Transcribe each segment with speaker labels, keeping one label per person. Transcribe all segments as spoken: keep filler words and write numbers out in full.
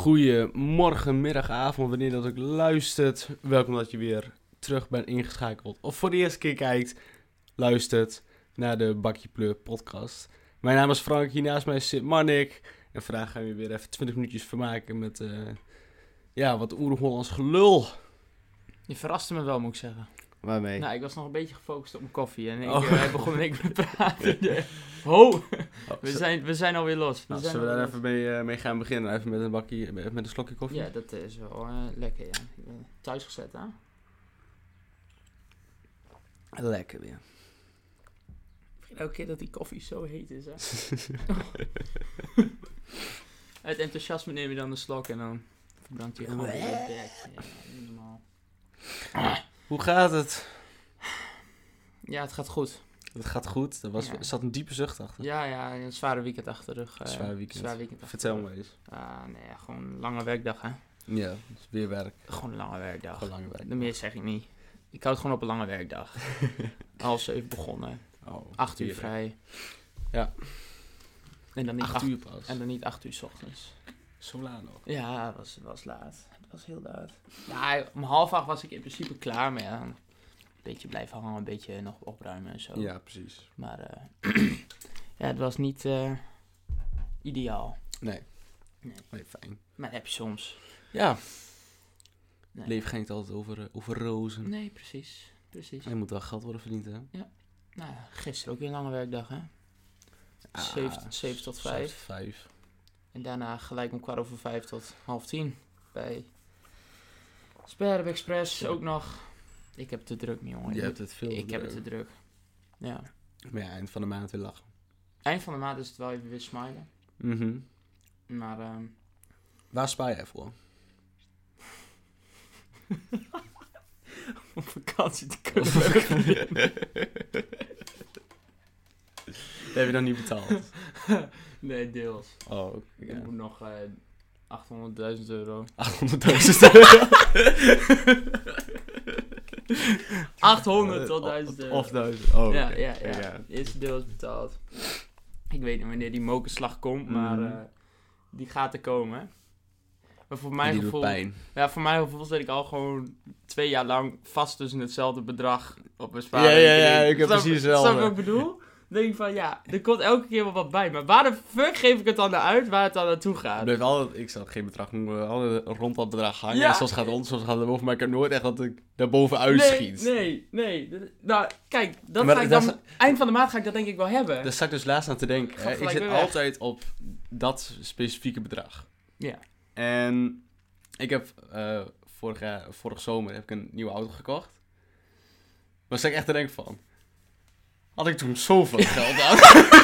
Speaker 1: Goedemorgen, middag, avond, wanneer dat ook luistert. Welkom dat je weer terug bent ingeschakeld. Of voor de eerste keer kijkt, luistert naar de Bakje Pleur podcast. Mijn naam is Frank, hier naast mij zit Marnik. En vandaag gaan we weer even twintig minuutjes vermaken met uh, ja, wat Oer-Hollands gelul.
Speaker 2: Je verraste me wel, moet ik zeggen.
Speaker 1: Waarmee?
Speaker 2: Nou, ik was nog een beetje gefocust op mijn koffie. En ik
Speaker 1: Oh.
Speaker 2: uh, begon in één keer met praten. Ho! Oh, we, zijn, we zijn alweer los. We
Speaker 1: Nou,
Speaker 2: zijn
Speaker 1: zullen we daar
Speaker 2: alweer
Speaker 1: even mee, uh, mee gaan beginnen? Even met een bakje, met een slokje
Speaker 2: los.
Speaker 1: koffie?
Speaker 2: Ja, dat is wel uh, lekker, ja. Ik ben thuis gezet, hè?
Speaker 1: Lekker weer.
Speaker 2: Elke keer dat die koffie zo heet is, hè. Uit enthousiasme neem je dan de slok en dan verbrandt hij gewoon weer de bek. Ja, niet normaal.
Speaker 1: Hoe gaat het?
Speaker 2: Ja, het gaat goed.
Speaker 1: Het gaat goed. Er was,
Speaker 2: Ja.
Speaker 1: zat een diepe zucht achter.
Speaker 2: Ja, ja, een zware weekend achter de rug. Uh,
Speaker 1: Zwaar weekend.
Speaker 2: Zwaar weekend achter
Speaker 1: Vertel
Speaker 2: de
Speaker 1: me
Speaker 2: rug.
Speaker 1: eens.
Speaker 2: Ah, nee, ja, gewoon een lange werkdag, hè.
Speaker 1: Ja, dus weer werk.
Speaker 2: Gewoon een lange werkdag.
Speaker 1: Gewoon lange werk.
Speaker 2: Meer zeg ik niet. Ik houd gewoon op een lange werkdag. Half zeven begonnen.
Speaker 1: Oh,
Speaker 2: Acht uur
Speaker 1: weer.
Speaker 2: vrij.
Speaker 1: Ja.
Speaker 2: En dan niet
Speaker 1: Acht
Speaker 2: acht,
Speaker 1: uur pas.
Speaker 2: en dan niet acht uur 's ochtends.
Speaker 1: Zo laat nog.
Speaker 2: Ja, het was, was laat. Het was heel laat. Ja, om half acht was ik in principe klaar. Maar ja, een beetje blijven hangen. Een beetje nog opruimen en zo.
Speaker 1: Ja, precies.
Speaker 2: Maar uh, ja, het was niet uh, ideaal.
Speaker 1: Nee.
Speaker 2: Nee.
Speaker 1: Nee, fijn.
Speaker 2: Maar dat heb je soms.
Speaker 1: Ja.
Speaker 2: Nee.
Speaker 1: Leven gaat niet altijd over, uh, over rozen.
Speaker 2: Nee, precies. Precies.
Speaker 1: Er moet wel geld worden verdiend, hè?
Speaker 2: Nou, ja, gisteren ook weer een lange werkdag, hè.
Speaker 1: Ah,
Speaker 2: zeven, zeven tot vijf.
Speaker 1: vijf.
Speaker 2: En daarna gelijk om kwart over vijf tot half tien. Bij Sperb Express ook nog. Ik heb het te druk, mijn jongen.
Speaker 1: Je hebt het veel
Speaker 2: Ik
Speaker 1: te
Speaker 2: heb het
Speaker 1: druk.
Speaker 2: te druk. Ja.
Speaker 1: Maar ja, eind van de maand weer lachen.
Speaker 2: Eind van de maand is het wel even weer smilen.
Speaker 1: Mhm.
Speaker 2: Maar, ehm
Speaker 1: Waar spaar jij voor?
Speaker 2: op vakantie te komen.
Speaker 1: Dat heb je nog niet betaald.
Speaker 2: Nee, deels.
Speaker 1: Oh,
Speaker 2: Ik
Speaker 1: ja.
Speaker 2: moet nog uh, achthonderdduizend euro.
Speaker 1: achthonderdduizend.
Speaker 2: achthonderd tot duizend euro.
Speaker 1: Of duizend. Oh,
Speaker 2: ja,
Speaker 1: oké.
Speaker 2: ja, ja,
Speaker 1: Ja.
Speaker 2: Het eerste deel is betaald. Ik weet niet wanneer die mokerslag komt, maar
Speaker 1: Mhm.
Speaker 2: uh, die gaat er komen. Maar voor
Speaker 1: En
Speaker 2: mijn
Speaker 1: die
Speaker 2: gevoel,
Speaker 1: doet pijn.
Speaker 2: ja, voor mijn gevoel zit ik al gewoon twee jaar lang vast tussen hetzelfde bedrag op mijn
Speaker 1: Ja,
Speaker 2: spaarrekening.
Speaker 1: ja, ja, ik heb
Speaker 2: Snap-
Speaker 1: precies hetzelfde.
Speaker 2: Snap je wat ik bedoel? Dan denk ik van, ja, er komt elke keer wel wat bij. Maar waar de fuck geef ik het dan naar uit waar het dan naartoe
Speaker 1: Het
Speaker 2: gaat?
Speaker 1: blijft altijd, ik zal geen bedrag noemen, altijd rond dat bedrag hangen.
Speaker 2: Ja.
Speaker 1: En soms gaat het onder, soms gaat het boven, maar ik heb nooit echt dat ik daar bovenuit
Speaker 2: nee,
Speaker 1: schiet.
Speaker 2: nee, nee. D- Nou, kijk, dat
Speaker 1: Maar
Speaker 2: ga ik
Speaker 1: dat
Speaker 2: dan, eind van de maand ga ik dat denk ik wel hebben.
Speaker 1: Daar sta ik dus laatst aan te denken.
Speaker 2: Gaat
Speaker 1: Hè. Ik
Speaker 2: gelijk
Speaker 1: zit
Speaker 2: weer weg.
Speaker 1: altijd op dat specifieke bedrag.
Speaker 2: Ja.
Speaker 1: En ik heb uh, vorig, jaar, vorig zomer heb ik een nieuwe auto gekocht. Maar sta ik echt te denken van... Had ik toen zoveel geld aan?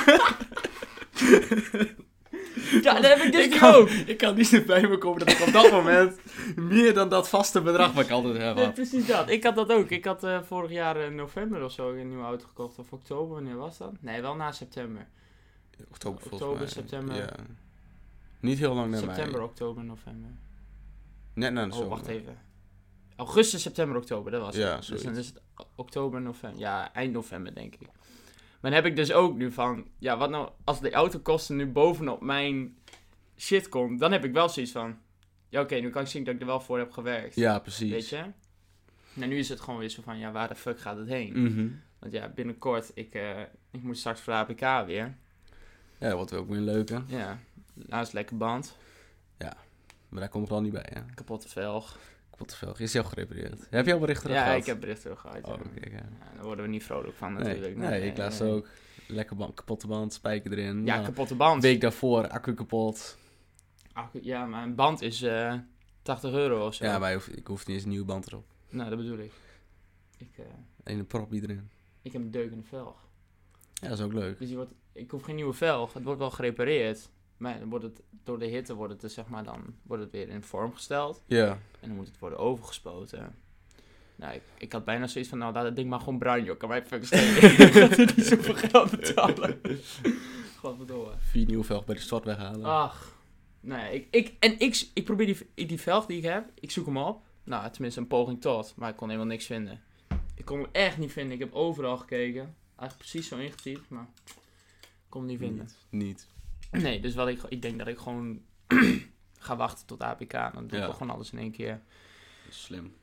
Speaker 2: Ja, dat heb ik dus
Speaker 1: ik
Speaker 2: nu
Speaker 1: kan,
Speaker 2: ook.
Speaker 1: Ik kan niet zo bij me komen dat ik op dat moment meer dan dat vaste bedrag wat ik altijd heb.
Speaker 2: Nee,
Speaker 1: had.
Speaker 2: precies dat. Ik had dat ook. Ik had uh, vorig jaar in november of zo een nieuwe auto gekocht. Of oktober, wanneer was dat? Nee, wel na september.
Speaker 1: Oktober, volgens
Speaker 2: Oktober,
Speaker 1: mij.
Speaker 2: september.
Speaker 1: Ja. Niet heel lang naar
Speaker 2: September,
Speaker 1: mij.
Speaker 2: oktober, november.
Speaker 1: Net na de
Speaker 2: Oh,
Speaker 1: zomer.
Speaker 2: wacht even. Augustus, september, oktober, dat was het.
Speaker 1: Ja,
Speaker 2: dus
Speaker 1: zoiets.
Speaker 2: dan is het oktober, november. Ja, eind november denk ik. Maar dan heb ik dus ook nu van... Ja, wat nou als de autokosten nu bovenop mijn shit komt... Dan heb ik wel zoiets van... Ja, oké, nu kan ik zien dat ik er wel voor heb gewerkt.
Speaker 1: Ja, precies.
Speaker 2: Weet je? Nou, nu is het gewoon weer zo van... Ja, waar de fuck gaat het heen?
Speaker 1: Mhm.
Speaker 2: Want ja, binnenkort... Ik, uh, ik moet straks voor de A P K weer.
Speaker 1: Ja, dat wordt ook weer een leuke.
Speaker 2: Ja, naast lekker band.
Speaker 1: Maar daar komt er al niet bij, hè?
Speaker 2: Kapotte velg.
Speaker 1: Wat te veel. Is die al gerepareerd? Heb je al berichten
Speaker 2: Ja,
Speaker 1: gehad?
Speaker 2: ik heb bericht terug gehad.
Speaker 1: Oh,
Speaker 2: ja.
Speaker 1: oké, ja.
Speaker 2: Ja, daar worden we niet vrolijk van
Speaker 1: Nee,
Speaker 2: natuurlijk.
Speaker 1: nee, ik laatst ook. Lekker band, kapotte band, spijker erin.
Speaker 2: Ja,
Speaker 1: Nou,
Speaker 2: kapotte band.
Speaker 1: week daarvoor, accu kapot.
Speaker 2: Accu- ja, maar een band is uh, tachtig euro of zo.
Speaker 1: Ja, maar je hoeft- ik hoef niet eens een nieuwe band erop.
Speaker 2: Nou, dat bedoel ik. Ik, uh,
Speaker 1: En een prop erin.
Speaker 2: ik heb een deuk in de velg.
Speaker 1: Ja, dat is ook leuk.
Speaker 2: Dus die wordt, ik hoef geen nieuwe velg. Het wordt wel gerepareerd. Maar dan wordt het, door de hitte wordt het, dus, zeg maar, dan wordt het weer in vorm gesteld.
Speaker 1: Ja.
Speaker 2: En dan moet het worden overgespoten. Nou, ik, ik had bijna zoiets van, nou, laat het ding maar gewoon bruin, joh. Kan mij fucking stelen. Ik ga er niet zoveel geld betalen. Godverdomme.
Speaker 1: Vier nieuwe velg bij de stort weghalen.
Speaker 2: Ach. Nou ja, ik, ik, en ik, ik probeer die, die velg die ik heb, ik zoek hem op. Nou, tenminste een poging tot, maar ik kon helemaal niks vinden. Ik kon hem echt niet vinden. Ik heb overal gekeken. Eigenlijk precies zo ingetypt, maar ik kon hem niet vinden.
Speaker 1: Niet. Niet.
Speaker 2: Nee, dus wat ik, ik denk dat ik gewoon ga wachten tot A P K. Dan doe ik
Speaker 1: Ja.
Speaker 2: gewoon alles in één keer.
Speaker 1: Slim.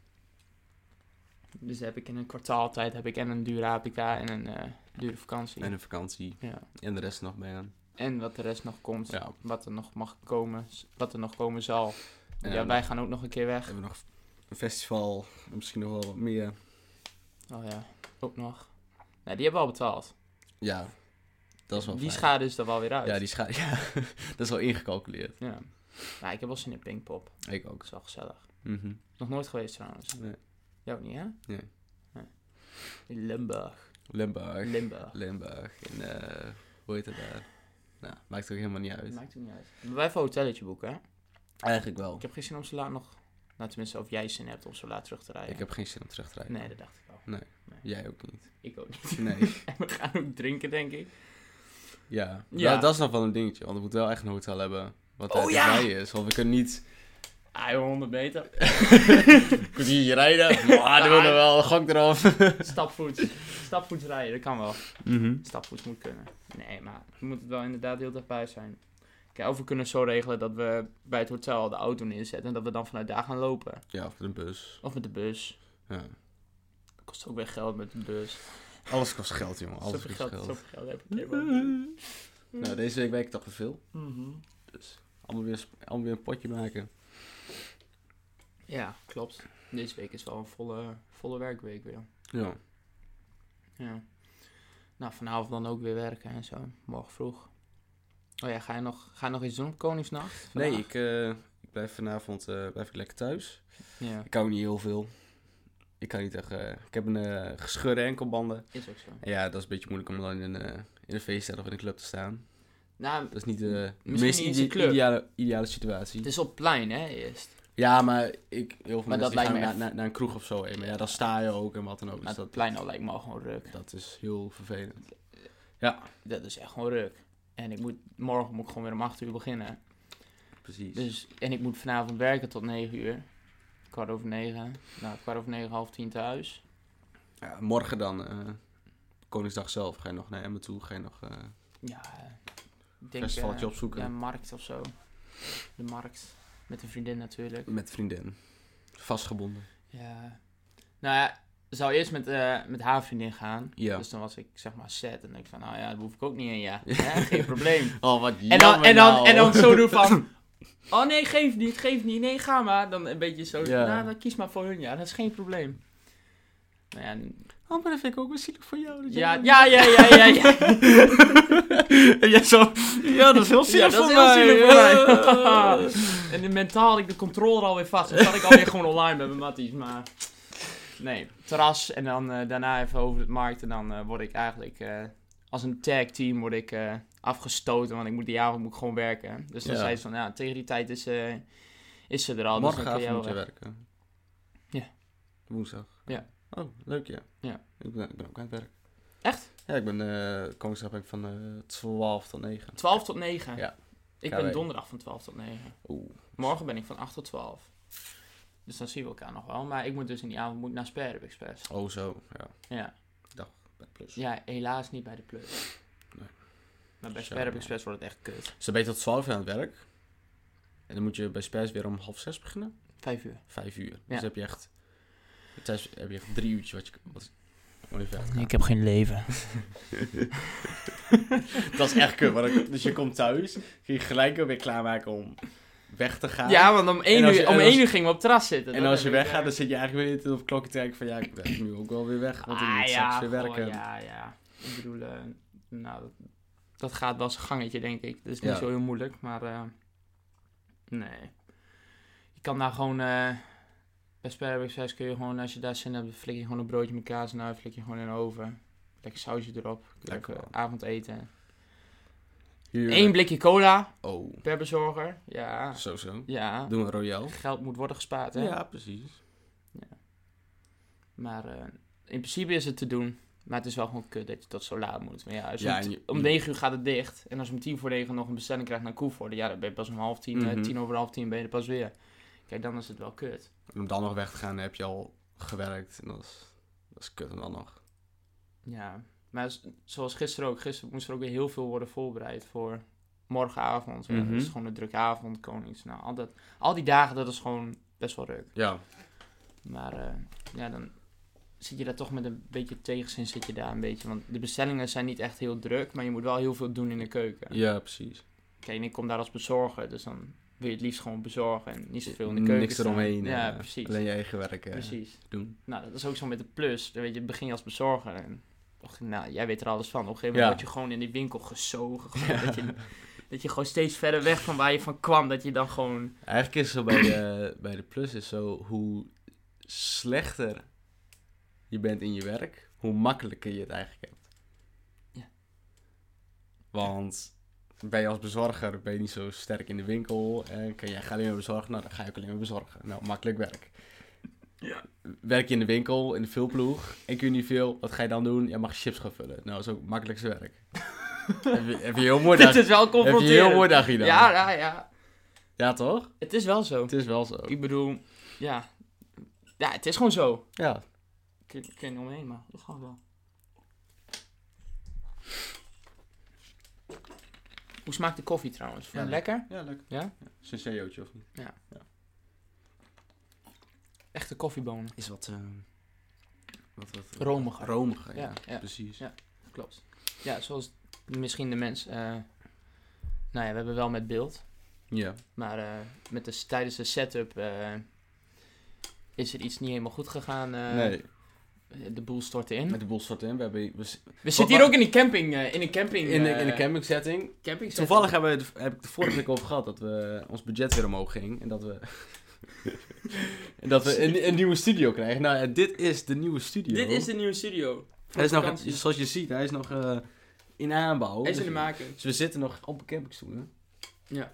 Speaker 2: Dus heb ik in een kwartaal tijd heb ik en een dure A P K en een uh, dure vakantie.
Speaker 1: En een vakantie.
Speaker 2: Ja.
Speaker 1: En de rest nog bij aan.
Speaker 2: En wat de rest nog komt.
Speaker 1: Ja.
Speaker 2: Wat er nog mag komen. Wat er nog komen zal.
Speaker 1: En
Speaker 2: Ja, wij gaan ook nog een keer weg.
Speaker 1: hebben we nog een festival. En misschien nog wel wat meer.
Speaker 2: Oh ja, ook nog. Nee, die hebben we al betaald.
Speaker 1: Ja, dat is wel
Speaker 2: Die
Speaker 1: fijn.
Speaker 2: schade is er wel weer uit.
Speaker 1: Ja, die schade. Ja, dat is wel ingecalculeerd.
Speaker 2: Ja. Maar ik heb wel zin in Pinkpop.
Speaker 1: Ik ook.
Speaker 2: Dat is wel gezellig.
Speaker 1: Mhm.
Speaker 2: Nog nooit geweest trouwens.
Speaker 1: Nee.
Speaker 2: Jij ook niet, hè?
Speaker 1: Nee.
Speaker 2: nee. In Limburg.
Speaker 1: Limburg.
Speaker 2: Limburg.
Speaker 1: Limburg. En uh, hoe heet het daar? Nou, maakt ook helemaal niet uit.
Speaker 2: Dat maakt ook niet uit. Maar wij even een hotelletje boeken, hè?
Speaker 1: Eigenlijk wel.
Speaker 2: Ik heb geen zin om zo laat nog... Nou, tenminste, of jij zin hebt om zo laat terug te rijden.
Speaker 1: Ik heb geen zin om terug te rijden.
Speaker 2: Nee, dat dacht ik al.
Speaker 1: Nee. nee. Jij ook niet.
Speaker 2: Ik ook niet.
Speaker 1: Nee.
Speaker 2: En we gaan ook drinken, denk ik.
Speaker 1: Ja.
Speaker 2: Ja.
Speaker 1: ja. Dat is nog wel een dingetje. Want we moeten wel echt een hotel hebben. Wat
Speaker 2: Oh, ja!
Speaker 1: is. Want we kunnen niet...
Speaker 2: Ah, joh, honderd meter.
Speaker 1: Kwartiertje rijden. Maar doen we er wel. Gok eraf.
Speaker 2: Stapvoets. Stapvoets rijden, dat kan wel.
Speaker 1: Mhm.
Speaker 2: Stapvoets moet kunnen. Nee, maar we moeten wel inderdaad heel dichtbij zijn. Kijk, of we kunnen zo regelen dat we bij het hotel de auto neerzetten en dat we dan vanuit daar gaan lopen.
Speaker 1: Ja, of met een bus.
Speaker 2: Of met de bus.
Speaker 1: Ja.
Speaker 2: Dat kost ook weer geld met de bus.
Speaker 1: Alles kost geld, jongen. Alles
Speaker 2: Zoveel
Speaker 1: kost
Speaker 2: geld,
Speaker 1: geld.
Speaker 2: zoveel geld heb ik helemaal.
Speaker 1: Nou, deze week werk ik toch weer veel.
Speaker 2: Mhm.
Speaker 1: Dus allemaal weer, allemaal weer een potje maken.
Speaker 2: Ja, klopt. Deze week is wel een volle, volle werkweek weer.
Speaker 1: Ja.
Speaker 2: Ja. Nou, vanavond dan ook weer werken en zo. Morgen vroeg. Oh ja, ga je nog, ga je nog iets doen op Koningsnacht?
Speaker 1: Nee,
Speaker 2: vandaag?
Speaker 1: ik, uh, ik blijf vanavond uh, blijf ik lekker thuis.
Speaker 2: Ja,
Speaker 1: Ik hou niet heel veel. Ik kan niet echt... Uh, ik heb een uh, gescheurde enkelbanden.
Speaker 2: is ook zo.
Speaker 1: En ja, dat is een beetje moeilijk om dan in een, uh, in een feeststad of in een club te staan.
Speaker 2: Nou,
Speaker 1: Dat is niet de
Speaker 2: Misschien
Speaker 1: meest
Speaker 2: niet eens een
Speaker 1: ide-
Speaker 2: club.
Speaker 1: ideale, ideale situatie.
Speaker 2: het is op het plein, hè, eerst.
Speaker 1: Ja, maar ik, heel veel
Speaker 2: Maar dat
Speaker 1: mensen die gaan
Speaker 2: lijkt me
Speaker 1: naar,
Speaker 2: echt-
Speaker 1: naar, naar een kroeg of zo. Heen. Maar ja, dan sta je ook en wat dan ook.
Speaker 2: Maar
Speaker 1: Dus
Speaker 2: het
Speaker 1: dat,
Speaker 2: plein al lijkt me al gewoon ruk.
Speaker 1: dat is heel vervelend.
Speaker 2: Dat is echt gewoon ruk. En ik moet, morgen moet ik gewoon weer om acht uur beginnen.
Speaker 1: Precies.
Speaker 2: Dus, en ik moet vanavond werken tot negen uur. Kwart over negen. Nou, kwart over negen, half tien thuis.
Speaker 1: Ja, morgen dan, uh, Koningsdag zelf, ga je nog naar Emmen toe. Ga je nog uh,
Speaker 2: Ja, ik denk...
Speaker 1: festivaltje
Speaker 2: eh,
Speaker 1: opzoeken.
Speaker 2: Ja, markt of zo. De markt. Met een vriendin natuurlijk.
Speaker 1: Met vriendin. Vastgebonden.
Speaker 2: Ja. Nou ja, zou eerst met, uh, met haar vriendin gaan.
Speaker 1: Ja.
Speaker 2: Dus dan was ik zeg maar set. En dan denk ik van, nou ja, dat hoef ik ook niet in, ja. Hè, geen probleem.
Speaker 1: Oh, wat
Speaker 2: En dan,
Speaker 1: jammer
Speaker 2: en, dan,
Speaker 1: nou.
Speaker 2: en dan zo doen van... Oh nee, geef niet, geef niet. Nee, ga maar. Dan een beetje zo...
Speaker 1: Ja.
Speaker 2: Nou, dan kies maar voor hun. Ja, dat is geen probleem. Nou ja,
Speaker 1: Oh, maar dat vind ik ook wel zielig voor jou. dat
Speaker 2: ja,
Speaker 1: jij-
Speaker 2: ja, ja, ja, ja, ja.
Speaker 1: En jij zo... Ja, dat is heel zielig
Speaker 2: Ja, dat
Speaker 1: voor
Speaker 2: is heel
Speaker 1: mij.
Speaker 2: zielig voor mij. En in mentaal had ik de controle alweer vast. Dan zat ik alweer gewoon online met mijn matties. Maar nee, terras en dan uh, daarna even over het markt. En dan uh, word ik eigenlijk uh, als een tag team word ik uh, afgestoten. Want ik moet die avond moet ik gewoon werken. Dus dan
Speaker 1: Ja.
Speaker 2: zei ze van, ja, tegen die tijd is, uh, is ze er al. Dus dan kun jij
Speaker 1: Morgenavond
Speaker 2: wel
Speaker 1: moet je
Speaker 2: weg.
Speaker 1: werken.
Speaker 2: Ja.
Speaker 1: Woensdag.
Speaker 2: Ja.
Speaker 1: Oh, leuk ja.
Speaker 2: Ja.
Speaker 1: Ik ben, ik ben ook aan het werk.
Speaker 2: Echt?
Speaker 1: Ja, ik ben uh, Koningsdag ben ik van uh, twaalf tot negen.
Speaker 2: twaalf tot negen?
Speaker 1: Ja.
Speaker 2: Ik
Speaker 1: K W.
Speaker 2: ben donderdag van twaalf tot negen.
Speaker 1: Oeh.
Speaker 2: Morgen ben ik van acht tot twaalf. Dus dan zien we elkaar nog wel. Maar ik moet dus in die avond moet ik naar Sperrup Express.
Speaker 1: Oh zo, ja.
Speaker 2: Ja.
Speaker 1: Dag, bij Plus.
Speaker 2: Ja, helaas niet bij de Plus.
Speaker 1: Nee.
Speaker 2: Maar bij
Speaker 1: Zo,
Speaker 2: Sperrup
Speaker 1: ja.
Speaker 2: Express wordt het echt kut.
Speaker 1: Ze ben je tot twaalf uur aan het werk. En dan moet je bij Spers weer om half zes beginnen.
Speaker 2: Vijf uur.
Speaker 1: Vijf uur.
Speaker 2: Ja.
Speaker 1: Dus heb je echt... Thuis heb je echt drie uurtjes wat je... Wat, om even uit te gaan.
Speaker 2: Ik heb geen leven.
Speaker 1: Dat is echt kut. Maar dan- dus je komt thuis. Kun je gelijk weer klaarmaken om weg te gaan.
Speaker 2: Ja, want om één
Speaker 1: En als
Speaker 2: uur,
Speaker 1: je-
Speaker 2: om
Speaker 1: en
Speaker 2: één
Speaker 1: als-
Speaker 2: uur gingen we op het terras zitten.
Speaker 1: En
Speaker 2: Dat
Speaker 1: als je
Speaker 2: heb ik,
Speaker 1: weggaat,
Speaker 2: eh,
Speaker 1: dan zit je eigenlijk weer op het klokje te kijken van... Ja, ik ben nu ook wel weer weg. Want ik
Speaker 2: ah,
Speaker 1: moet
Speaker 2: ja,
Speaker 1: straks weer
Speaker 2: goh,
Speaker 1: werken.
Speaker 2: ja, ja. Ik bedoel, uh, nou, dat, dat gaat wel zijn gangetje, denk ik. Dat is niet
Speaker 1: Ja.
Speaker 2: zo heel moeilijk, maar uh, nee. Je kan daar gewoon, uh, bij Sperrup Express kun je gewoon, als je daar zin hebt, flik je gewoon een broodje met kaas en uit, flik je gewoon in de oven. Lekker sausje erop.
Speaker 1: Lekker
Speaker 2: Lekker
Speaker 1: wel.
Speaker 2: avondeten.
Speaker 1: Heerlijk.
Speaker 2: Eén blikje cola
Speaker 1: Oh,
Speaker 2: per bezorger. Ja,
Speaker 1: zo zo.
Speaker 2: ja.
Speaker 1: Doen we royal.
Speaker 2: Geld moet worden gespaard, hè.
Speaker 1: Ja, precies.
Speaker 2: Maar uh, in principe is het te doen. Maar het is wel gewoon kut dat je tot zo laat moet. Maar ja, als je
Speaker 1: Ja,
Speaker 2: om,
Speaker 1: en je-
Speaker 2: om
Speaker 1: je-
Speaker 2: negen uur gaat het dicht. En als je om tien voor negen nog een bestelling krijgt naar Koevoorde. Ja, dan ben je pas om half tien,
Speaker 1: Mhm.
Speaker 2: uh, tien over half tien ben je er pas weer. Kijk, dan is het wel kut.
Speaker 1: En om dan nog weg te gaan, heb je al gewerkt. En dat is, dat is kut en dan nog.
Speaker 2: Ja, maar z- zoals gisteren ook. Gisteren moest er ook weer heel veel worden voorbereid voor morgenavond. Ja,
Speaker 1: Mhm.
Speaker 2: dat is gewoon een drukke avond, Konings. Nou, al, dat, al die dagen, dat is gewoon best wel druk.
Speaker 1: Ja.
Speaker 2: Maar uh, ja, dan zit je daar toch met een beetje tegenzin, zit je daar een beetje. Want de bestellingen zijn niet echt heel druk, maar je moet wel heel veel doen in de keuken.
Speaker 1: Ja, precies.
Speaker 2: Kijk, en ik kom daar als bezorger, dus dan wil je het liefst gewoon bezorgen en niet zoveel in de keuken
Speaker 1: Niks
Speaker 2: staan.
Speaker 1: eromheen.
Speaker 2: Ja,
Speaker 1: uh,
Speaker 2: precies.
Speaker 1: Alleen je eigen werk uh,
Speaker 2: Precies.
Speaker 1: doen.
Speaker 2: Nou, dat is ook zo met de plus. Dan weet je, begin je als bezorger en nou, jij weet er alles van. Op een gegeven moment
Speaker 1: Ja.
Speaker 2: word je gewoon in die winkel gezogen. Gewoon, ja. dat, je, dat je gewoon steeds verder weg van waar je van kwam, dat je dan gewoon...
Speaker 1: Eigenlijk is het zo bij de, bij de plus is zo, hoe slechter je bent in je werk, hoe makkelijker je het eigenlijk hebt.
Speaker 2: Ja.
Speaker 1: Want ben je als bezorger, ben je niet zo sterk in de winkel. En kan jij ga alleen maar bezorgen, nou dan ga je ook alleen maar bezorgen. Nou, makkelijk werk.
Speaker 2: Ja.
Speaker 1: Werk je in de winkel, in de vulploeg, en kun je niet veel, wat ga je dan doen? Ja, mag je chips gaan vullen. Nou, dat is ook het makkelijkste werk. heb, je, heb je heel mooi dag.
Speaker 2: Dit is wel
Speaker 1: Heb je een
Speaker 2: confronterend.
Speaker 1: heel mooi dagje dan.
Speaker 2: Ja, ja, ja.
Speaker 1: Ja, toch?
Speaker 2: Het is wel zo.
Speaker 1: Het is wel zo.
Speaker 2: Ik bedoel, ja. Ja, het is gewoon zo.
Speaker 1: Ja.
Speaker 2: Ik ik ken er omheen, maar het is gewoon wel. Hoe smaakt de koffie trouwens? Vond je
Speaker 1: Ja,
Speaker 2: het lekker?
Speaker 1: Ja, leuk.
Speaker 2: Ja?
Speaker 1: Ja. Senseootje of niet?
Speaker 2: Echte koffiebonen.
Speaker 1: Is wat, uh, wat, wat
Speaker 2: Romiger.
Speaker 1: Romiger, ja.
Speaker 2: Ja, ja.
Speaker 1: Precies.
Speaker 2: Ja. Klopt. Ja, zoals misschien de mens... Uh, nou ja, we hebben wel met beeld.
Speaker 1: Ja.
Speaker 2: Maar uh, met de, tijdens de setup uh, is er iets niet helemaal goed gegaan. Uh,
Speaker 1: Nee.
Speaker 2: De boel stortte in.
Speaker 1: Met de boel stort in. We, hebben, we,
Speaker 2: We
Speaker 1: wat,
Speaker 2: zitten hier ook in die camping. Uh, in een camping.
Speaker 1: in, de,
Speaker 2: uh,
Speaker 1: in de camping setting.
Speaker 2: camping
Speaker 1: Toevallig hebben we het, heb ik de vorige week over gehad dat we ons budget weer omhoog ging. En dat we, en dat we een, een nieuwe studio krijgen. Nou, en dit is de nieuwe studio.
Speaker 2: Dit is de nieuwe studio.
Speaker 1: Hij is nog, zoals je ziet, hij is nog uh, in aanbouw.
Speaker 2: Hij is in
Speaker 1: Dus-
Speaker 2: de making.
Speaker 1: Dus we zitten nog op een campingstoel.
Speaker 2: Ja.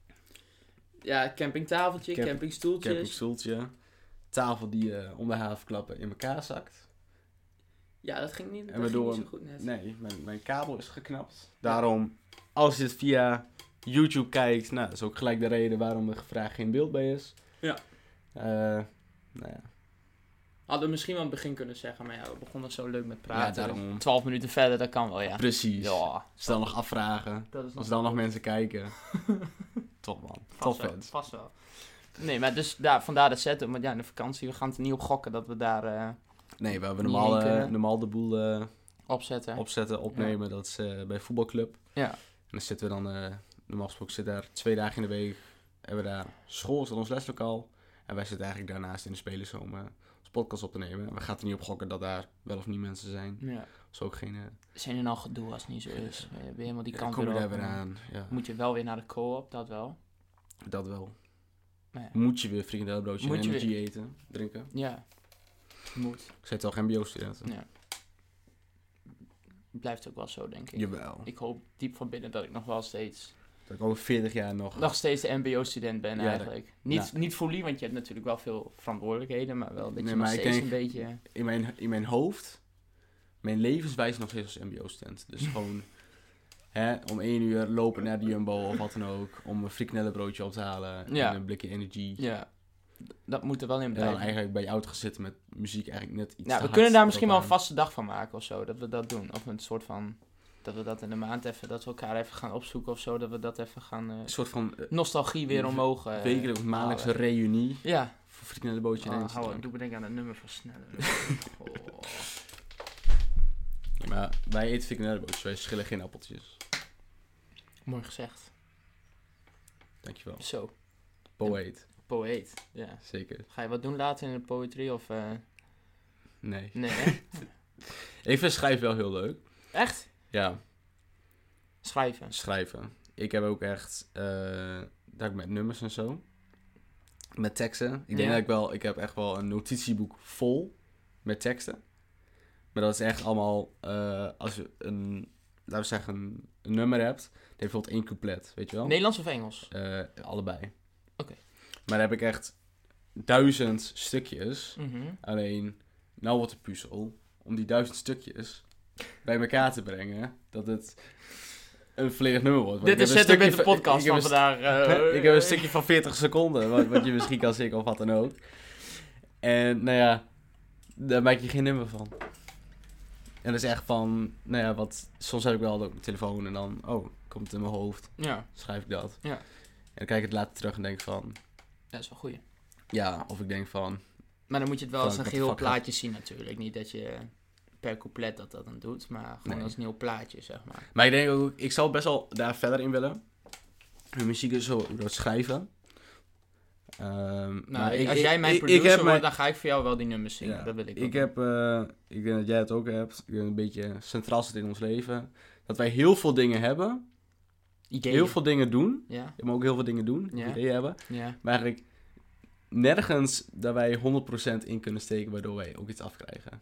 Speaker 2: Ja, campingtafeltje,
Speaker 1: Camp-
Speaker 2: campingstoeltjes.
Speaker 1: Campingstoeltje. Tafel die uh, om de havenklappen in elkaar zakt.
Speaker 2: Ja, dat ging niet, dat
Speaker 1: En
Speaker 2: ging
Speaker 1: waardoor-
Speaker 2: niet zo goed net.
Speaker 1: Nee, mijn, mijn kabel is geknapt. Daarom, als je het via YouTube kijkt, nou, dat is ook gelijk de reden waarom er gevraagd geen beeld bij is.
Speaker 2: Ja.
Speaker 1: Uh, nou ja.
Speaker 2: Hadden we misschien wel aan het begin kunnen zeggen, maar ja, we begonnen zo leuk met praten.
Speaker 1: Ja, daarom.
Speaker 2: Twaalf minuten verder, dat kan wel, ja.
Speaker 1: Precies.
Speaker 2: Ja.
Speaker 1: Stel nog afvragen.
Speaker 2: Dat is
Speaker 1: Als er dan nog
Speaker 2: goed.
Speaker 1: mensen kijken. Top man. Top
Speaker 2: Vast wel,
Speaker 1: fans.
Speaker 2: vast wel. Nee, maar dus daar, vandaar de setup. Want ja, in de vakantie, we gaan het er niet op gokken dat we daar uh,
Speaker 1: Nee, we hebben
Speaker 2: Niet
Speaker 1: normaal,
Speaker 2: in één
Speaker 1: uh,
Speaker 2: keer.
Speaker 1: normaal de boel uh,
Speaker 2: opzetten.
Speaker 1: opzetten, opnemen. Dat is uh, bij voetbalclub.
Speaker 2: Ja.
Speaker 1: En dan zitten we dan, uh, normaal gesproken zitten daar twee dagen in de week. Hebben we daar school, is dat ons leslokaal. En wij zitten eigenlijk daarnaast in de spelers om uh, ons podcast op te nemen. En we gaan er niet op gokken dat daar wel of niet mensen zijn.
Speaker 2: Ja.
Speaker 1: Dat is ook geen... Uh,
Speaker 2: Zijn er nou gedoe als het niet zo is? Ben je helemaal die
Speaker 1: ja,
Speaker 2: kant
Speaker 1: kom je
Speaker 2: weer
Speaker 1: daar
Speaker 2: op.
Speaker 1: weer aan. Ja,
Speaker 2: Moet je wel weer naar de co-op, dat wel.
Speaker 1: dat wel.
Speaker 2: Maar ja.
Speaker 1: Moet je weer frikandelbroodje en
Speaker 2: Moet je
Speaker 1: energy
Speaker 2: weer-
Speaker 1: eten, drinken.
Speaker 2: Ja. Moet.
Speaker 1: Ik zei het al, geen bio-studenten.
Speaker 2: Ja. Blijft ook wel zo, denk ik.
Speaker 1: Jawel.
Speaker 2: Ik hoop diep van binnen dat ik nog wel steeds...
Speaker 1: Dat ik over veertig jaar nog...
Speaker 2: nog steeds de mbo-student ben,
Speaker 1: Ja,
Speaker 2: eigenlijk. Niet,
Speaker 1: nou.
Speaker 2: niet fully, want je hebt natuurlijk wel veel verantwoordelijkheden, maar wel dat je
Speaker 1: Nee,
Speaker 2: nog
Speaker 1: maar ik
Speaker 2: steeds
Speaker 1: denk-
Speaker 2: een beetje...
Speaker 1: in mijn, in mijn hoofd, mijn levenswijze nog steeds als mbo-student. Dus gewoon hè, om één uur lopen naar de Jumbo of wat dan ook. Om een frikandellenbroodje op te halen
Speaker 2: Ja.
Speaker 1: en een blikje energy.
Speaker 2: Ja, dat moet er wel in
Speaker 1: En dan
Speaker 2: blijven.
Speaker 1: eigenlijk bij je auto gaan zitten met muziek eigenlijk net iets
Speaker 2: Nou,
Speaker 1: te
Speaker 2: we
Speaker 1: hard
Speaker 2: kunnen daar misschien wel
Speaker 1: erop
Speaker 2: een
Speaker 1: aan.
Speaker 2: vaste dag van maken of zo, dat we dat doen. Of een soort van, dat we dat in de maand even, dat we elkaar even gaan opzoeken of zo, dat we dat even gaan, uh,
Speaker 1: Een soort van uh,
Speaker 2: nostalgie weer omhoog uh,
Speaker 1: wekelijks of maandelijkse
Speaker 2: halen.
Speaker 1: reunie
Speaker 2: Ja.
Speaker 1: voor frikandellenbroodje en
Speaker 2: Oh,
Speaker 1: energy.
Speaker 2: hou,
Speaker 1: drank.
Speaker 2: doe me denken aan het nummer van Sneller. Oh.
Speaker 1: Ja, maar wij eten frikandellenbroodjes, wij schillen geen appeltjes.
Speaker 2: Mooi gezegd.
Speaker 1: Dankjewel.
Speaker 2: Zo,
Speaker 1: Poëet,
Speaker 2: poëet. Ja.
Speaker 1: zeker.
Speaker 2: Ga je wat doen later in de poëtrie of... Uh...
Speaker 1: Nee.
Speaker 2: Nee, hè?
Speaker 1: Ik vind schrijven wel heel leuk.
Speaker 2: Echt?
Speaker 1: Ja,
Speaker 2: Schrijven.
Speaker 1: schrijven. Ik heb ook echt, uh, dat ik met nummers en zo, met teksten. Ik denk
Speaker 2: Ja.
Speaker 1: dat ik wel, ik heb echt wel een notitieboek vol met teksten. Maar dat is echt allemaal, uh, als je een, laten we zeggen, een, een nummer hebt, die heeft bijvoorbeeld één couplet, weet je wel?
Speaker 2: Nederlands of Engels?
Speaker 1: Uh, allebei.
Speaker 2: Oké.
Speaker 1: Maar dan heb ik echt duizend stukjes.
Speaker 2: Mhm.
Speaker 1: Alleen, nou wordt de puzzel om die duizend stukjes bij elkaar te brengen, dat het een volledig nummer wordt. Want
Speaker 2: Dit
Speaker 1: ik
Speaker 2: is
Speaker 1: heb een
Speaker 2: Zet met
Speaker 1: stukje
Speaker 2: de
Speaker 1: van-
Speaker 2: podcast
Speaker 1: ik heb
Speaker 2: van
Speaker 1: een st-
Speaker 2: vandaag. uh,
Speaker 1: ik heb een stukje van veertig seconden, wat, wat je misschien kan zingen of wat dan ook. En nou ja, daar maak je geen nummer van. En dat is echt van, nou ja, wat, soms heb ik wel op mijn telefoon en dan, oh, komt het in mijn hoofd.
Speaker 2: Ja.
Speaker 1: Schrijf ik dat.
Speaker 2: Ja.
Speaker 1: En dan kijk ik het later terug en denk van,
Speaker 2: Dat is wel goed.
Speaker 1: ja, of ik denk van...
Speaker 2: Maar dan moet je het wel
Speaker 1: Van,
Speaker 2: als een
Speaker 1: what the
Speaker 2: geheel
Speaker 1: fuck
Speaker 2: plaatje zien natuurlijk. Niet dat je per couplet dat dat dan doet, maar gewoon
Speaker 1: Nee.
Speaker 2: als een heel plaatje, zeg maar.
Speaker 1: Maar ik denk ook, ik zou best wel daar verder in willen. Mijn muziek is zo, dat schrijven. Ehm,
Speaker 2: Nou,
Speaker 1: maar
Speaker 2: ik-
Speaker 1: ik,
Speaker 2: als
Speaker 1: ik-
Speaker 2: jij mijn
Speaker 1: ik-
Speaker 2: producer
Speaker 1: ik heb
Speaker 2: wordt,
Speaker 1: mijn-
Speaker 2: dan ga ik voor jou wel die nummers zingen.
Speaker 1: Ja,
Speaker 2: Dat wil ik
Speaker 1: Ik
Speaker 2: wel.
Speaker 1: heb, eh, ik denk dat jij het ook hebt. Ik denk een beetje centraal zit in ons leven. Dat wij heel veel dingen hebben.
Speaker 2: Ideeën.
Speaker 1: Heel veel dingen doen.
Speaker 2: Ja,
Speaker 1: Maar ook heel veel dingen doen.
Speaker 2: Ja.
Speaker 1: Ideeën hebben.
Speaker 2: ja.
Speaker 1: Maar eigenlijk nergens dat wij honderd procent in kunnen steken waardoor wij ook iets afkrijgen.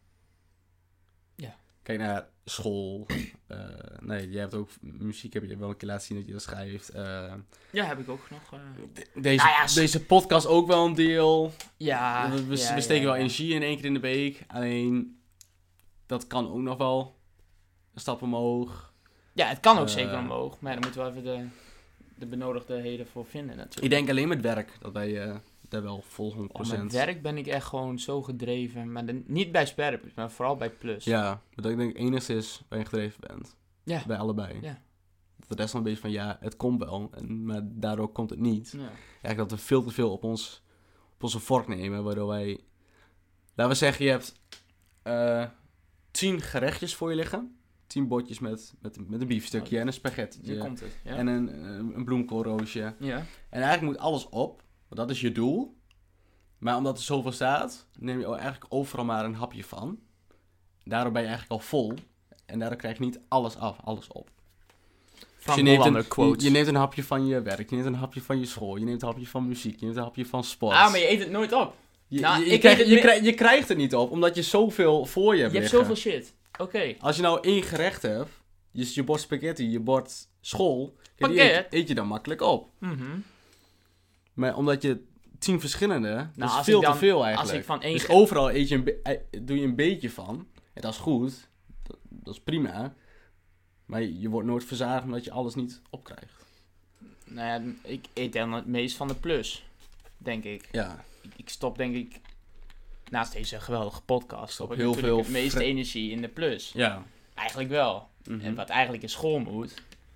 Speaker 2: Ja.
Speaker 1: Kijk naar school. eh, nee, jij hebt ook muziek, heb je wel een keer laten zien dat je dat schrijft. eh,
Speaker 2: Ja, heb ik ook nog. eh,
Speaker 1: de- deze,
Speaker 2: Nou ja, s-
Speaker 1: deze podcast ook wel een deel.
Speaker 2: Ja.
Speaker 1: we we,
Speaker 2: ja,
Speaker 1: we steken
Speaker 2: ja,
Speaker 1: wel
Speaker 2: ja.
Speaker 1: energie in één keer in de week. Alleen, dat kan ook nog wel een stap omhoog.
Speaker 2: Ja, het kan ook
Speaker 1: Eh,
Speaker 2: zeker omhoog. Maar ja, daar moeten we even de, de benodigdheden voor vinden natuurlijk.
Speaker 1: Ik denk alleen met werk dat wij eh, daar wel vol honderd
Speaker 2: Oh, met
Speaker 1: procent...
Speaker 2: werk ben ik echt gewoon zo gedreven. Maar de- niet bij Sperrepus, maar vooral bij Plus.
Speaker 1: Ja, dat ik denk het enigste is waar je gedreven bent.
Speaker 2: Ja.
Speaker 1: Bij allebei.
Speaker 2: Ja.
Speaker 1: De rest dan een beetje van, ja, het komt wel. En, maar daardoor komt het niet.
Speaker 2: Ja.
Speaker 1: Eigenlijk dat we veel te veel op, ons, op onze vork nemen. Waardoor wij... Laten we zeggen, je hebt eh tien gerechtjes voor je liggen. Tien bordjes met, met, met een biefstukje
Speaker 2: Oh,
Speaker 1: en een spaghetti.
Speaker 2: Nu komt het. Ja.
Speaker 1: En een, een bloemkoolroosje.
Speaker 2: ja.
Speaker 1: En eigenlijk moet alles op. Want dat is je doel. Maar omdat er zoveel staat, neem je eigenlijk overal maar een hapje van. Daardoor ben je eigenlijk al vol. En daardoor krijg je niet alles af, alles op.
Speaker 2: Van
Speaker 1: Dus je, neemt
Speaker 2: Hollander
Speaker 1: een,
Speaker 2: quotes.
Speaker 1: je, je neemt een hapje van je werk, je neemt een hapje van je school, je neemt een hapje van muziek, je neemt een hapje van sport.
Speaker 2: Ah, maar je eet het nooit op.
Speaker 1: Je,
Speaker 2: Nou,
Speaker 1: je, je,
Speaker 2: ik
Speaker 1: krijgt,
Speaker 2: eet
Speaker 1: je,
Speaker 2: het me-
Speaker 1: krijgt, je krijgt het niet op, omdat je zoveel voor je
Speaker 2: Je
Speaker 1: hebt
Speaker 2: hebt
Speaker 1: liggen.
Speaker 2: zoveel shit. Oké.
Speaker 1: Als je nou één gerecht hebt, dus je bord spaghetti, je bord school, ja, die
Speaker 2: Pakket.
Speaker 1: eet, eet je dan makkelijk op.
Speaker 2: Mhm.
Speaker 1: Maar omdat je tien verschillende, dat
Speaker 2: Nou,
Speaker 1: is
Speaker 2: als
Speaker 1: veel
Speaker 2: ik dan-
Speaker 1: te veel
Speaker 2: Als
Speaker 1: eigenlijk.
Speaker 2: ik van één...
Speaker 1: Dus
Speaker 2: ge-
Speaker 1: overal eet je een be- eh, doe je een beetje van. En dat is goed. Dat, dat is prima. Maar je, je wordt nooit verzadigd omdat je alles niet opkrijgt.
Speaker 2: Nou ja, ik eet dan het meest van de Plus. Denk ik.
Speaker 1: Ja.
Speaker 2: Ik, ik stop denk ik... Naast deze geweldige podcast stop ik
Speaker 1: Heel
Speaker 2: natuurlijk
Speaker 1: veel
Speaker 2: het meeste
Speaker 1: fre-
Speaker 2: energie in de Plus.
Speaker 1: Ja.
Speaker 2: Eigenlijk wel.
Speaker 1: Mhm.
Speaker 2: En wat eigenlijk in school moet.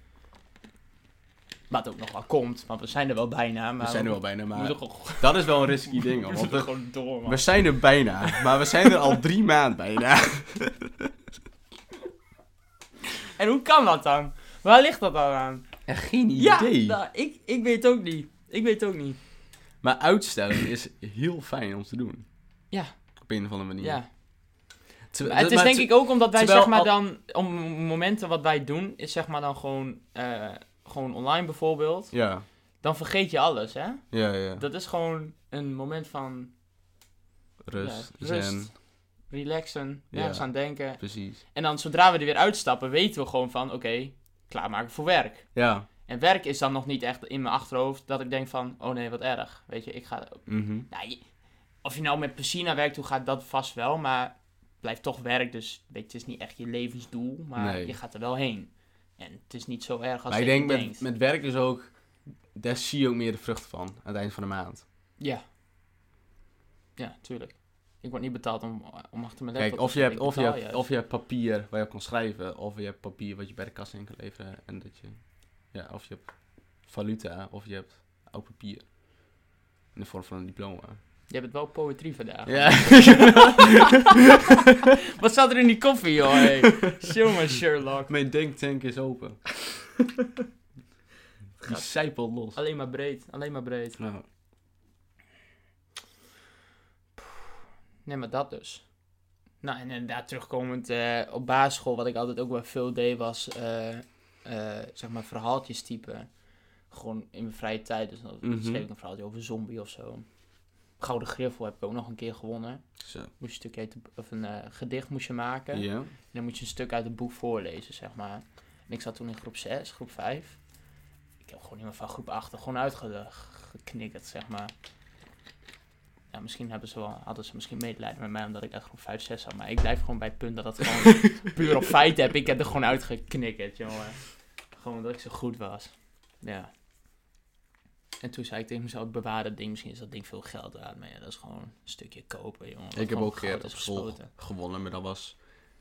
Speaker 2: Wat ook nog wel komt, want we zijn er wel bijna. Maar
Speaker 1: We zijn er wel bijna,
Speaker 2: we
Speaker 1: maar
Speaker 2: moeten gewoon,
Speaker 1: dat is wel een risky ding.
Speaker 2: we
Speaker 1: hoor,
Speaker 2: moeten
Speaker 1: Want we,
Speaker 2: gewoon door, man.
Speaker 1: we zijn er bijna, maar we zijn er al drie maanden bijna.
Speaker 2: En hoe kan dat dan? Waar ligt dat dan aan?
Speaker 1: Echt geen
Speaker 2: Ja,
Speaker 1: idee.
Speaker 2: nou, ik, ik weet ook niet. Ik weet ook niet.
Speaker 1: Maar uitstellen is heel fijn om te doen.
Speaker 2: Ja.
Speaker 1: Op een of andere manier.
Speaker 2: Ja.
Speaker 1: Terwijl-
Speaker 2: Maar het is
Speaker 1: maar
Speaker 2: denk
Speaker 1: te-
Speaker 2: ik ook omdat wij
Speaker 1: terwijl
Speaker 2: zeg maar
Speaker 1: al-
Speaker 2: dan, om momenten wat wij doen, is zeg maar dan gewoon, eh, gewoon online bijvoorbeeld.
Speaker 1: Ja,
Speaker 2: Dan vergeet je alles, hè?
Speaker 1: ja, ja.
Speaker 2: Dat is gewoon een moment van
Speaker 1: Rust,
Speaker 2: ja, rust.
Speaker 1: zen,
Speaker 2: relaxen,
Speaker 1: Ja.
Speaker 2: nergens aan denken.
Speaker 1: precies.
Speaker 2: En dan zodra we er weer uitstappen, weten we gewoon van, oké, klaarmaken voor werk.
Speaker 1: Ja.
Speaker 2: En werk is dan nog niet echt in mijn achterhoofd dat ik denk van, oh nee, wat erg. Weet je, ik ga...
Speaker 1: Mhm.
Speaker 2: Nou, je- of je nou met plezier naar werk toe gaat, dat vast wel, maar het blijft toch werk. Dus weet je, het is niet echt je levensdoel, maar
Speaker 1: Nee.
Speaker 2: je gaat er wel heen. En het is niet zo erg als
Speaker 1: Maar ik
Speaker 2: dat
Speaker 1: denk
Speaker 2: je
Speaker 1: met,
Speaker 2: denkt.
Speaker 1: met werk is ook, daar zie je ook meer de vruchten van aan het eind van de maand.
Speaker 2: Ja. Ja, tuurlijk. Ik word niet betaald om, om achter mijn laptop
Speaker 1: Kijk, of
Speaker 2: te
Speaker 1: je,
Speaker 2: zitten.
Speaker 1: hebt, of, je
Speaker 2: Ik betaal
Speaker 1: hebt,
Speaker 2: juist.
Speaker 1: of je hebt papier waar je op kan schrijven, of je hebt papier wat je bij de kassa in kan leveren. En dat je, ja, of je hebt valuta, of je hebt oud papier. In de vorm van een diploma.
Speaker 2: Je hebt het wel poëtrie vandaag.
Speaker 1: Ja.
Speaker 2: Wat zat er in die koffie, joh? Hey. Jongen, Sherlock.
Speaker 1: Mijn denktank is open. Die zijpelt los.
Speaker 2: Alleen maar breed, alleen maar breed.
Speaker 1: Nou,
Speaker 2: Nee, maar dat dus. Nou, en inderdaad terugkomend eh, op basisschool, wat ik altijd ook wel veel deed, was eh, eh, zeg maar verhaaltjes typen. Gewoon in mijn vrije tijd. Dus dan
Speaker 1: Mhm.
Speaker 2: schreef ik een verhaaltje over een zombie of zo. Gouden Griffel heb ik ook nog een keer gewonnen.
Speaker 1: zo.
Speaker 2: Moest je een, stuk uit de, of een eh, gedicht moest je maken.
Speaker 1: Ja.
Speaker 2: En dan moet je een stuk uit het boek voorlezen, zeg maar. En ik zat toen in groep zes, groep vijf. Ik heb gewoon iemand van groep acht er gewoon uitgeknikkerd, zeg maar. Ja, misschien hebben ze wel, hadden ze misschien medelijden met mij omdat ik uit groep vijf, zes zat. Maar ik blijf gewoon bij het punt dat het gewoon puur op feiten heb. Ik heb er gewoon uitgeknikkerd, jongen. Gewoon omdat ik zo goed was. Ja. En toen zei ik tegen mezelf, bewaar dat ding. Misschien is dat ding veel geld waard. Maar ja, dat is gewoon een stukje kopen, jongen. wat
Speaker 1: Ik heb
Speaker 2: gewoon
Speaker 1: ook een keer
Speaker 2: goud
Speaker 1: op
Speaker 2: is
Speaker 1: school
Speaker 2: gesloten.
Speaker 1: gewonnen, maar dat was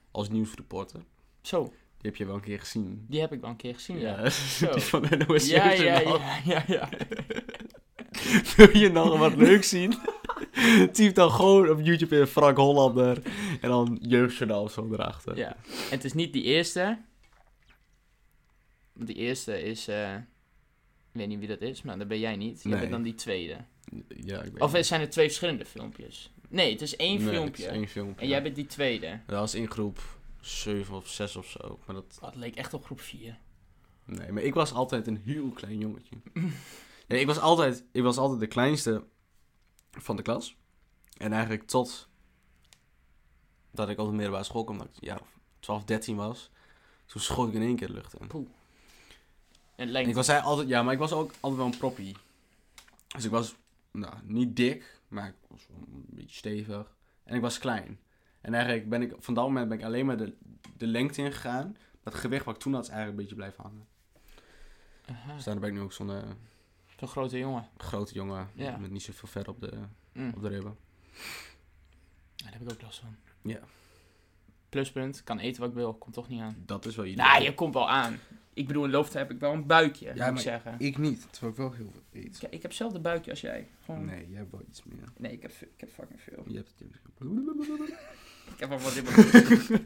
Speaker 1: als nieuwsreporter.
Speaker 2: Zo,
Speaker 1: Die heb je wel een keer gezien.
Speaker 2: die heb ik wel een keer gezien, ja.
Speaker 1: Ja,
Speaker 2: Zo.
Speaker 1: die van de N O S
Speaker 2: Ja, ja,
Speaker 1: Jeugdjournaal.
Speaker 2: ja, ja, ja.
Speaker 1: Wil je nog wat leuks zien? Typ dan gewoon op YouTube in Frank Hollander. En dan Jeugdjournaal of zo erachter.
Speaker 2: Ja. En het is niet die eerste. Want die eerste is... eh, ik weet niet wie dat is, maar dat ben jij niet. Je
Speaker 1: Nee.
Speaker 2: bent dan die tweede.
Speaker 1: Ja, ik weet
Speaker 2: Of
Speaker 1: niet.
Speaker 2: zijn er twee verschillende filmpjes? Nee, het is één
Speaker 1: Nee,
Speaker 2: filmpje.
Speaker 1: het is één filmpje.
Speaker 2: En jij bent die tweede.
Speaker 1: Dat was in groep zeven of zes of zo. Maar dat...
Speaker 2: Oh, het leek echt op groep vier.
Speaker 1: Nee, maar ik was altijd een heel klein jongetje. Nee, ik was altijd, ik was altijd de kleinste van de klas. En eigenlijk tot dat ik op de middelbare school kwam, dat ik ja, twaalf, dertien was. Toen schoot ik in één keer de lucht in.
Speaker 2: Poeh. En
Speaker 1: En
Speaker 2: lengte.
Speaker 1: ik was eigenlijk altijd, ja, maar ik was ook altijd wel een proppie. Dus ik was, nou, niet dik, maar ik was wel een beetje stevig. En ik was klein. En eigenlijk ben ik, van dat moment ben ik alleen maar de, de lengte ingegaan. Maar het gewicht wat ik toen had, is eigenlijk een beetje blijven hangen.
Speaker 2: Aha.
Speaker 1: Dus daarom ben ik nu ook zo'n uh,
Speaker 2: Zo'n grote jongen.
Speaker 1: grote jongen
Speaker 2: Ja.
Speaker 1: met niet zoveel vet op de,
Speaker 2: Mm.
Speaker 1: op de ribben.
Speaker 2: Ja, daar heb ik ook last van.
Speaker 1: Ja.
Speaker 2: Pluspunt, kan eten wat ik wil, komt toch niet aan.
Speaker 1: Dat is wel je
Speaker 2: Nou, je komt wel aan. Ik bedoel, in looptijd heb ik wel een buikje,
Speaker 1: Ja,
Speaker 2: moet ik
Speaker 1: maar-
Speaker 2: zeggen.
Speaker 1: Ik niet, terwijl ik wel heel veel eet.
Speaker 2: Kijk, ik heb hetzelfde buikje als jij. Gewoon... Nee.
Speaker 1: Nee, jij hebt wel iets meer.
Speaker 2: ik, heb, ik heb fucking veel.
Speaker 1: Je hebt het...
Speaker 2: Ik heb al wat in mijn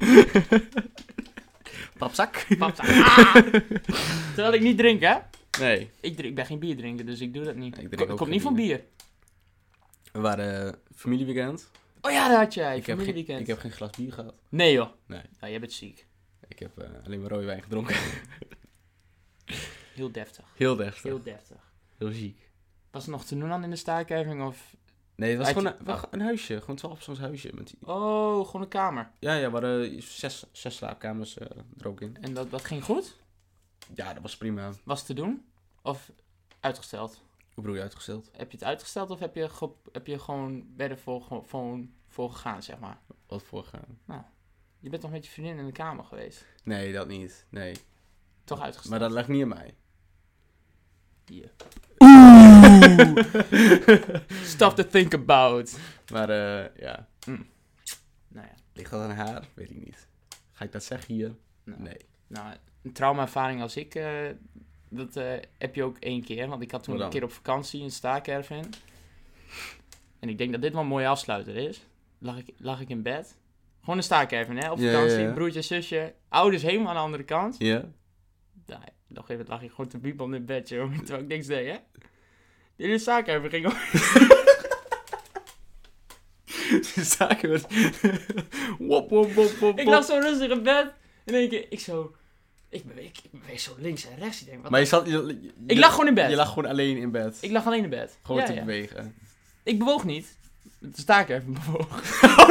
Speaker 1: Papzak?
Speaker 2: Papsa. Ah! Terwijl ik niet drink, hè?
Speaker 1: Nee.
Speaker 2: Ik, drink, ik ben geen bier drinken, dus ik doe dat niet.
Speaker 1: Ik drink
Speaker 2: Ko-
Speaker 1: ook
Speaker 2: komt
Speaker 1: geen
Speaker 2: niet van
Speaker 1: bier.
Speaker 2: bier.
Speaker 1: We waren uh, familieweekend.
Speaker 2: Oh ja, daar had jij.
Speaker 1: Ik heb, geen,
Speaker 2: Familieweekend.
Speaker 1: ik heb geen glas bier gehad.
Speaker 2: Nee joh.
Speaker 1: Nee.
Speaker 2: Ja, jij bent ziek.
Speaker 1: Ik heb uh, alleen maar rode wijn gedronken.
Speaker 2: Heel deftig.
Speaker 1: Heel deftig.
Speaker 2: Heel deftig.
Speaker 1: Heel ziek.
Speaker 2: Was het nog te doen dan in de staakerving of...
Speaker 1: Nee, het was
Speaker 2: Had
Speaker 1: gewoon
Speaker 2: je-
Speaker 1: een, wel een huisje. Gewoon twaalf persoons huisje. Met die...
Speaker 2: Oh, gewoon een kamer.
Speaker 1: Ja, ja, we hadden zes, zes slaapkamers uh, er ook in.
Speaker 2: En dat, dat ging goed?
Speaker 1: Ja, dat was prima.
Speaker 2: Was het te doen? Of uitgesteld?
Speaker 1: Hoe bedoel je uitgesteld?
Speaker 2: Heb je het uitgesteld of heb je, ge- heb je gewoon bij er voor, gewoon- voor, voor gegaan, zeg maar?
Speaker 1: Wat voor gaan?
Speaker 2: Je bent toch met je vriendin in de kamer geweest?
Speaker 1: Nee, dat niet. Nee.
Speaker 2: Toch uitgesteld?
Speaker 1: Maar dat lag niet aan mij.
Speaker 2: Hier. Stuff to think about.
Speaker 1: Maar uh, ja,
Speaker 2: Nou ja.
Speaker 1: ligt dat aan haar? Weet ik niet. Ga ik dat zeggen hier?
Speaker 2: Nou,
Speaker 1: Nee.
Speaker 2: nou, een traumaervaring als ik, uh, dat uh, heb je ook één keer. Want ik had toen
Speaker 1: Wat
Speaker 2: een
Speaker 1: dan?
Speaker 2: keer op vakantie in Staakerven. En ik denk dat dit wel een mooie afsluiter is. Lag ik, lag ik in bed. Gewoon een Staakerven, hè, op
Speaker 1: Ja,
Speaker 2: vakantie.
Speaker 1: ja, ja.
Speaker 2: Broertje, zusje. Ouders helemaal aan de andere kant.
Speaker 1: Ja?
Speaker 2: Nou, nog even lag ik gewoon te biebelen in het bedje, joh, terwijl ik niks deed, hè. Die hele Staakerven ging ook...
Speaker 1: Zaken met... wop, wop, wop, wop,
Speaker 2: Ik
Speaker 1: wop.
Speaker 2: lag zo rustig in bed. In één keer, ik zo... Ik beweeg, ik beweeg zo links en rechts. Ik denk, wat
Speaker 1: Maar je zat... Je, je-
Speaker 2: Ik lag gewoon in bed.
Speaker 1: Je lag gewoon alleen in bed.
Speaker 2: Ik lag alleen in bed.
Speaker 1: Gewoon
Speaker 2: Ja,
Speaker 1: te
Speaker 2: ja.
Speaker 1: bewegen.
Speaker 2: Ik bewoog niet. De Staakerven bewoog.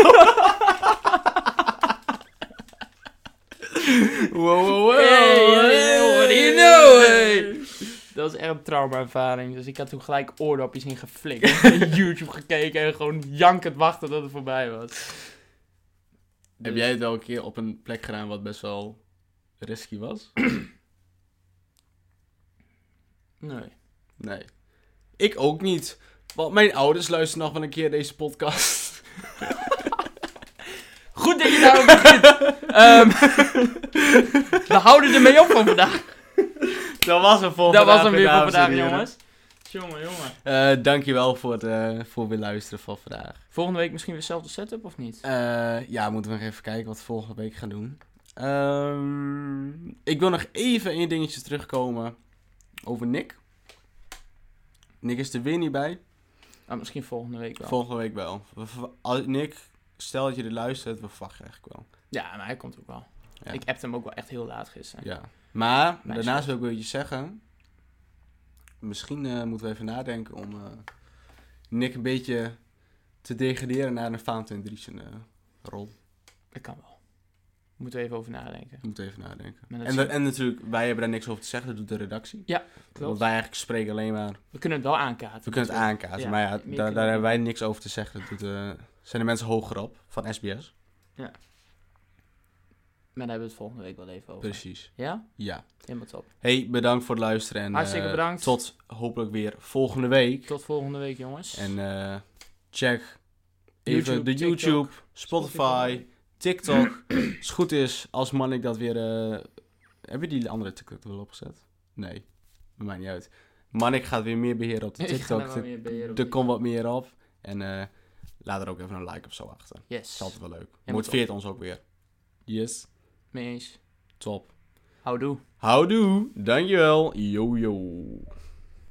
Speaker 1: Wow, wow, wow.
Speaker 2: Hey, hey, what do you know, hey? Dat was echt een traumaervaring. Dus ik had toen gelijk oordopjes in geflikt. YouTube gekeken en gewoon jankend wachten tot het voorbij was.
Speaker 1: Heb
Speaker 2: Dus-
Speaker 1: jij het wel een keer op een plek gedaan wat best wel risky was?
Speaker 2: Nee.
Speaker 1: Nee. Ik ook niet. Want mijn ouders luisteren nog wel een keer deze podcast.
Speaker 2: Goed dat je daarop begint. um, we houden ermee op van vandaag.
Speaker 1: Dat was hem voor
Speaker 2: Dat was
Speaker 1: vandaag,
Speaker 2: hem weer voor
Speaker 1: dames en
Speaker 2: vandaag,
Speaker 1: heren.
Speaker 2: jongens. Jongen, jongen.
Speaker 1: Eh, dankjewel voor het eh, voor weer luisteren van vandaag.
Speaker 2: Volgende week misschien weer dezelfde setup of niet?
Speaker 1: Eh, ja, moeten we nog even kijken wat we volgende week gaan doen. Ehm, ik wil nog even één dingetje terugkomen over Nick. Nick is er weer niet bij.
Speaker 2: Nou, misschien volgende week wel.
Speaker 1: Volgende week wel. We verwa- als- Nick, stel dat je er luistert, we verwachten eigenlijk wel.
Speaker 2: Ja, maar hij komt ook wel.
Speaker 1: Ja.
Speaker 2: Ik appte hem ook wel echt heel laat gisteren.
Speaker 1: Ja. Maar,
Speaker 2: Mijn
Speaker 1: daarnaast
Speaker 2: schuld.
Speaker 1: wil ik wel iets zeggen. Misschien eh, moeten we even nadenken om eh, Nick een beetje te degraderen naar een Fountain Driesen uh, rol.
Speaker 2: Dat kan wel. Moeten we even over nadenken.
Speaker 1: Je moet even nadenken.
Speaker 2: Maar dat
Speaker 1: En,
Speaker 2: is-
Speaker 1: dat- en natuurlijk, wij hebben daar niks over te zeggen, dat doet de redactie.
Speaker 2: Ja,
Speaker 1: Want
Speaker 2: klopt.
Speaker 1: wij eigenlijk spreken alleen maar,
Speaker 2: We kunnen het wel aankaarten.
Speaker 1: we kunnen het aankaarten.
Speaker 2: Ja,
Speaker 1: maar ja,
Speaker 2: meer
Speaker 1: daar,
Speaker 2: kunnen we
Speaker 1: daar hebben
Speaker 2: niet.
Speaker 1: wij niks over te zeggen. Dat doet, eh, zijn de mensen hogerop van S B S.
Speaker 2: Maar daar hebben we het volgende week wel even over.
Speaker 1: Precies.
Speaker 2: Ja?
Speaker 1: Ja.
Speaker 2: Helemaal top.
Speaker 1: Hey, bedankt voor het luisteren. En,
Speaker 2: Hartstikke
Speaker 1: eh,
Speaker 2: bedankt.
Speaker 1: Tot hopelijk weer volgende week.
Speaker 2: Tot volgende week, jongens.
Speaker 1: En eh, check even
Speaker 2: YouTube,
Speaker 1: de
Speaker 2: TikTok,
Speaker 1: YouTube, Spotify,
Speaker 2: Spotify.
Speaker 1: TikTok. Als het goed is, als Manik dat weer... Uh, heb je die andere TikTok er wel opgezet? Nee, dat maakt niet uit. Manik gaat weer meer beheren op de TikTok. Er komt wat meer op. En uh, laat er ook even een like of zo achter.
Speaker 2: Yes.
Speaker 1: Dat is altijd wel leuk.
Speaker 2: Ja,
Speaker 1: motiveert ons ook weer. Yes.
Speaker 2: Mee eens.
Speaker 1: Top.
Speaker 2: Houdoe.
Speaker 1: Houdoe. Dankjewel. Yo, yo.